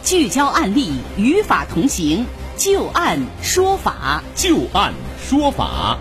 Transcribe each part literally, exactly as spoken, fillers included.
聚焦案例，与法同行，就案说法。 就案说法。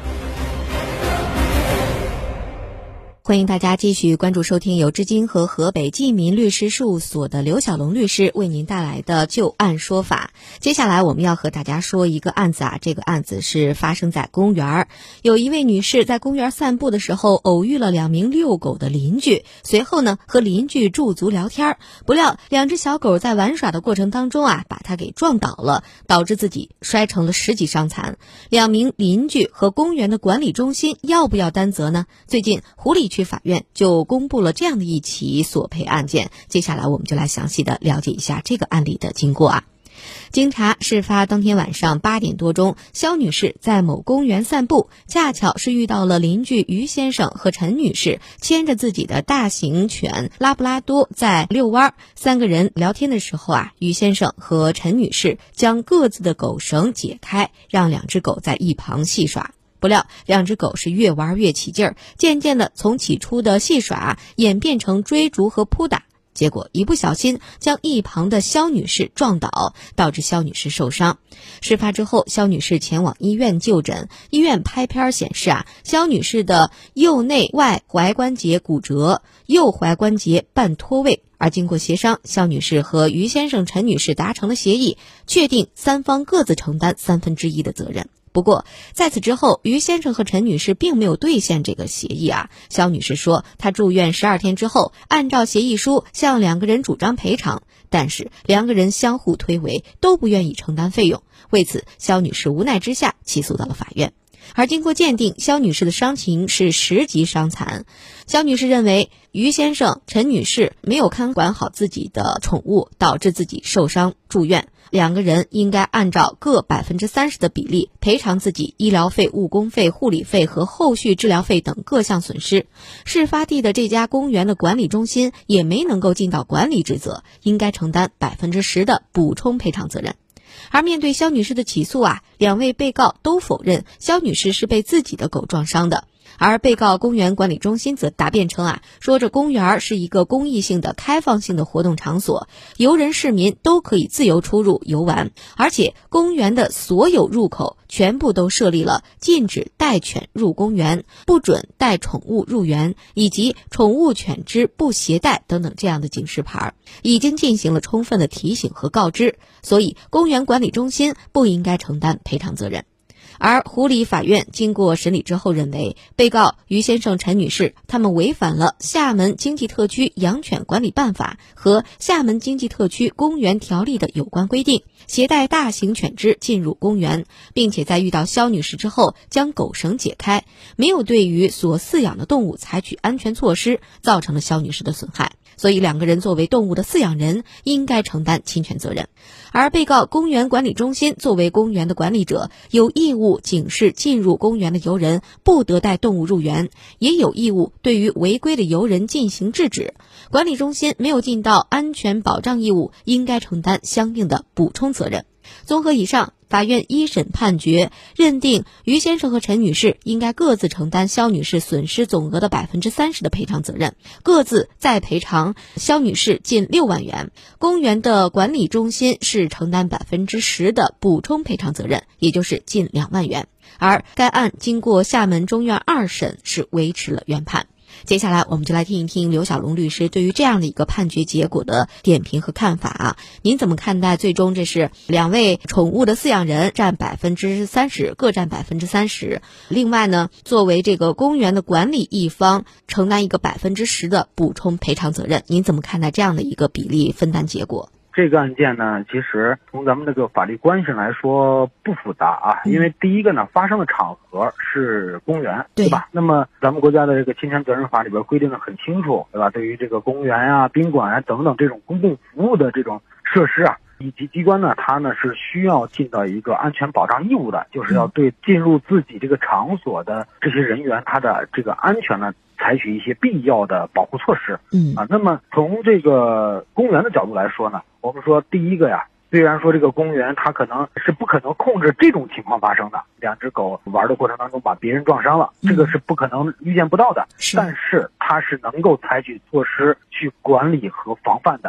欢迎大家继续关注收听由知金和河北济民律师事务所的刘小龙律师为您带来的就案说法。接下来我们要和大家说一个案子啊，这个案子是发生在公园。有一位女士在公园散步的时候偶遇了两名遛狗的邻居，随后呢和邻居驻足聊天，不料两只小狗在玩耍的过程当中啊，把她给撞倒了，导致自己摔成了十级伤残。两名邻居和公园的管理中心要不要担责呢？最近湖里区法院就公布了这样的一起索赔案件，接下来我们就来详细的了解一下这个案例的经过啊。经查，事发当天晚上八点多钟，肖女士在某公园散步，恰巧是遇到了邻居于先生和陈女士牵着自己的大型犬拉布拉多在遛弯。三个人聊天的时候啊，于先生和陈女士将各自的狗绳解开，让两只狗在一旁戏耍。不料两只狗是越玩越起劲儿，渐渐的从起初的戏耍演变成追逐和扑打，结果一不小心将一旁的肖女士撞倒，导致肖女士受伤。事发之后，肖女士前往医院就诊，医院拍片显示啊，肖女士的右内外踝关节骨折，右踝关节半脱位。而经过协商，肖女士和于先生、陈女士达成了协议，确定三方各自承担三分之一的责任。不过在此之后，于先生和陈女士并没有兑现这个协议啊。肖女士说，她住院十二天之后，按照协议书向两个人主张赔偿，但是两个人相互推诿，都不愿意承担费用。为此，肖女士无奈之下起诉到了法院。而经过鉴定，肖女士的伤情是十级伤残。肖女士认为于先生、陈女士没有看管好自己的宠物，导致自己受伤住院，两个人应该按照各百分之三十的比例赔偿自己医疗费、误工费、护理费和后续治疗费等各项损失。事发地的这家公园的管理中心也没能够尽到管理职责，应该承担百分之十的补充赔偿责任。而面对肖女士的起诉啊，两位被告都否认肖女士是被自己的狗撞伤的。而被告公园管理中心则答辩称啊，说这公园是一个公益性的开放性的活动场所，游人市民都可以自由出入游玩，而且公园的所有入口全部都设立了禁止带犬入公园、不准带宠物入园以及宠物犬只不携带等等这样的警示牌，已经进行了充分的提醒和告知，所以公园管理中心不应该承担赔偿责任。而湖里法院经过审理之后认为，被告于先生、陈女士他们违反了厦门经济特区养犬管理办法和厦门经济特区公园条例的有关规定，携带大型犬只进入公园，并且在遇到肖女士之后将狗绳解开，没有对于所饲养的动物采取安全措施，造成了肖女士的损害。所以两个人作为动物的饲养人应该承担侵权责任。而被告公园管理中心作为公园的管理者，有义务警示进入公园的游人不得带动物入园，也有义务对于违规的游人进行制止。管理中心没有尽到安全保障义务，应该承担相应的补充责任。综合以上，法院一审判决认定于先生和陈女士应该各自承担肖女士损失总额的百分之三十的赔偿责任，各自再赔偿肖女士近六万元。公园的管理中心是承担百分之十的补充赔偿责任，也就是近两万元。而该案经过厦门中院二审是维持了原判。接下来我们就来听一听刘小龙律师对于这样的一个判决结果的点评和看法啊。您怎么看待最终这是两位宠物的饲养人占百分之三十，各占百分之三十。另外呢，作为这个公园的管理一方承担一个百分之十的补充赔偿责任，您怎么看待这样的一个比例分担结果？ 这个案件呢，其实从咱们这个法律关系来说不复杂啊，嗯、因为第一个呢，发生的场合是公园，对, 对吧？那么咱们国家的这个侵权责任法里边规定的很清楚，对吧？对于这个公园啊、宾馆啊等等这种公共服务的这种设施啊，以及机关呢，它呢是需要尽到一个安全保障义务的，就是要对进入自己这个场所的这些人员，他的这个安全呢，采取一些必要的保护措施。嗯啊，那么从这个公园的角度来说呢，我们说第一个呀，虽然说这个公园它可能是不可能控制这种情况发生的，两只狗玩的过程当中把别人撞伤了，这个是不可能预见不到的，但是它是能够采取措施去管理和防范的。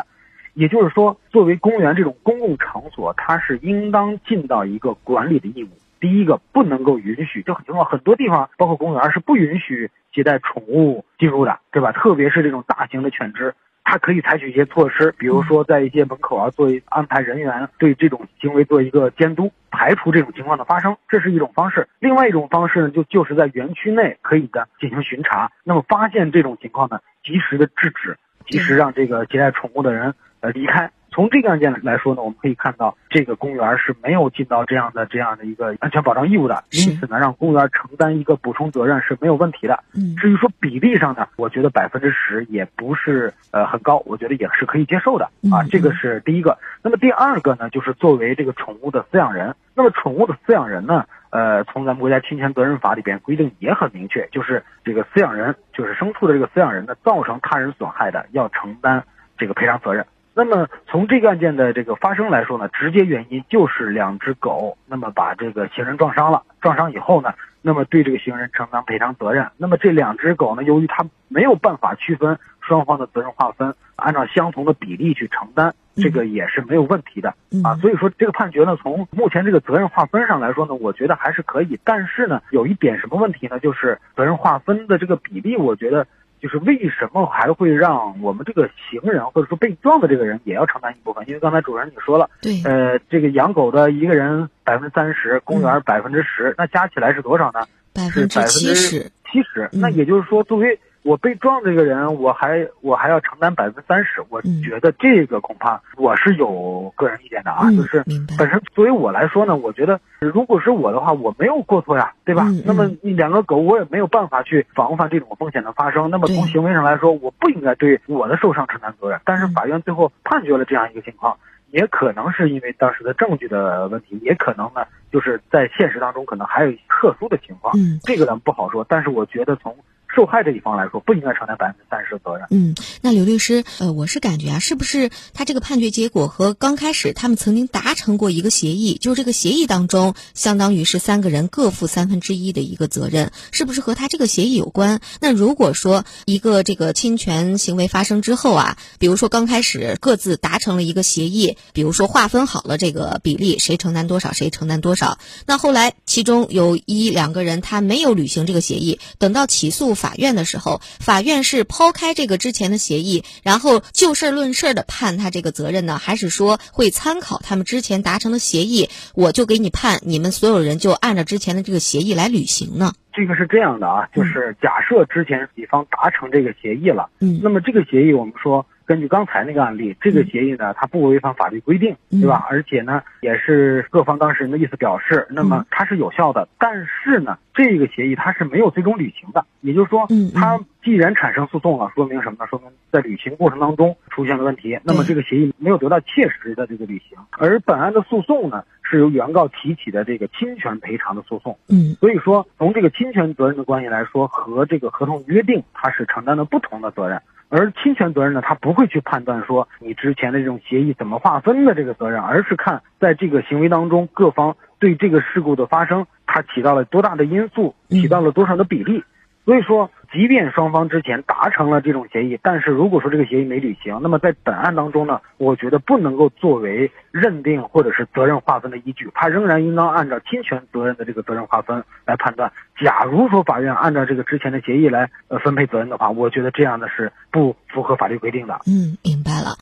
也就是说，作为公园这种公共场所，它是应当尽到一个管理的义务。第一个，不能够允许，这很重要，很多地方包括公园是不允许携带宠物进入的，对吧？特别是这种大型的犬只，它可以采取一些措施，比如说在一些门口啊，做安排人员对这种行为做一个监督，排除这种情况的发生，这是一种方式。另外一种方式呢，就就是在园区内可以的进行巡查，那么发现这种情况呢，及时的制止，及时让这个携带宠物的人呃离开。从这个案件来说呢，我们可以看到这个公园是没有尽到这样的这样的一个安全保障义务的，因此呢，让公园承担一个补充责任是没有问题的。 嗯， 至于说比例上呢，我觉得百分之十也不是呃很高，我觉得也是可以接受的啊。这个是第一个。那么第二个呢，就是作为这个宠物的饲养人，那么宠物的饲养人呢，呃，从咱们国家侵权责任法里边规定也很明确，就是这个饲养人，就是牲畜的这个饲养人呢，造成他人损害的，要承担这个赔偿责任。那么从这个案件的这个发生来说呢，直接原因就是两只狗，那么把这个行人撞伤了，撞伤以后呢，那么对这个行人承担赔偿责任。那么这两只狗呢，由于它没有办法区分双方的责任划分，按照相同的比例去承担，这个也是没有问题的啊。所以说这个判决呢，从目前这个责任划分上来说呢，我觉得还是可以。但是呢，有一点什么问题呢？就是责任划分的这个比例，我觉得就是为什么还会让我们这个行人或者说被撞的这个人也要承担一部分？因为刚才主任你说了， 对， 呃，这个养狗的一个人百分之三十，公园百分之十，那加起来是多少呢？ 百分之七十。 七十。那也就是说，作为我被撞这个人，我还我还要承担百分之三十，我觉得这个恐怕我是有个人意见的啊， 嗯、 就是本身作为我来说呢，我觉得如果是我的话，我没有过错呀，对吧？ 嗯、 那么你两个狗，我也没有办法去防范这种风险的发生。那么从行为上来说，我不应该对我的受伤承担责任。但是法院最后判决了这样一个情况，也可能是因为当时的证据的问题，也可能呢就是在现实当中可能还有特殊的情况， 嗯， 这个咱们不好说。但是我觉得从受害这一方来说，不应该承担百分之三十的责任。 嗯，那刘律师，呃，我是感觉啊，是不是他这个判决结果和刚开始他们曾经达成过一个协议，就是这个协议当中，相当于是三个人各负三分之一的一个责任，是不是和他这个协议有关？那如果说一个这个侵权行为发生之后啊，比如说刚开始各自达成了一个协议，比如说划分好了这个比例，谁承担多少，谁承担多少，那后来其中有一两个人他没有履行这个协议，等到起诉法院的时候，法院是抛开这个之前的协议，然后就事论事的判他这个责任呢，还是说会参考他们之前达成的协议，我就给你判，你们所有人就按照之前的这个协议来履行呢？ 这个是这样的啊，就是假设之前几方达成这个协议了， 嗯， 那么这个协议我们说根据刚才那个案例，这个协议呢，它不违反法律规定，对吧？而且呢，也是各方当事人的意思表示，那么它是有效的。但是呢，这个协议它是没有最终履行的，也就是说，它既然产生诉讼了，说明什么呢？说明在履行过程当中出现了问题，那么这个协议没有得到切实的这个履行。而本案的诉讼呢，是由原告提起的这个侵权赔偿的诉讼， 嗯， 所以说从这个侵权责任的关系来说，和这个合同约定它是承担了不同的责任。而侵权责任呢，他不会去判断说你之前的这种协议怎么划分的这个责任，而是看在这个行为当中各方对这个事故的发生，它起到了多大的因素，起到了多少的比例。所以说，即便双方之前达成了这种协议，但是如果说这个协议没履行，那么在本案当中呢，我觉得不能够作为认定或者是责任划分的依据，它仍然应当按照侵权责任的这个责任划分来判断。假如说法院按照这个之前的协议来呃分配责任的话，我觉得这样的是不符合法律规定的。 嗯，明白了。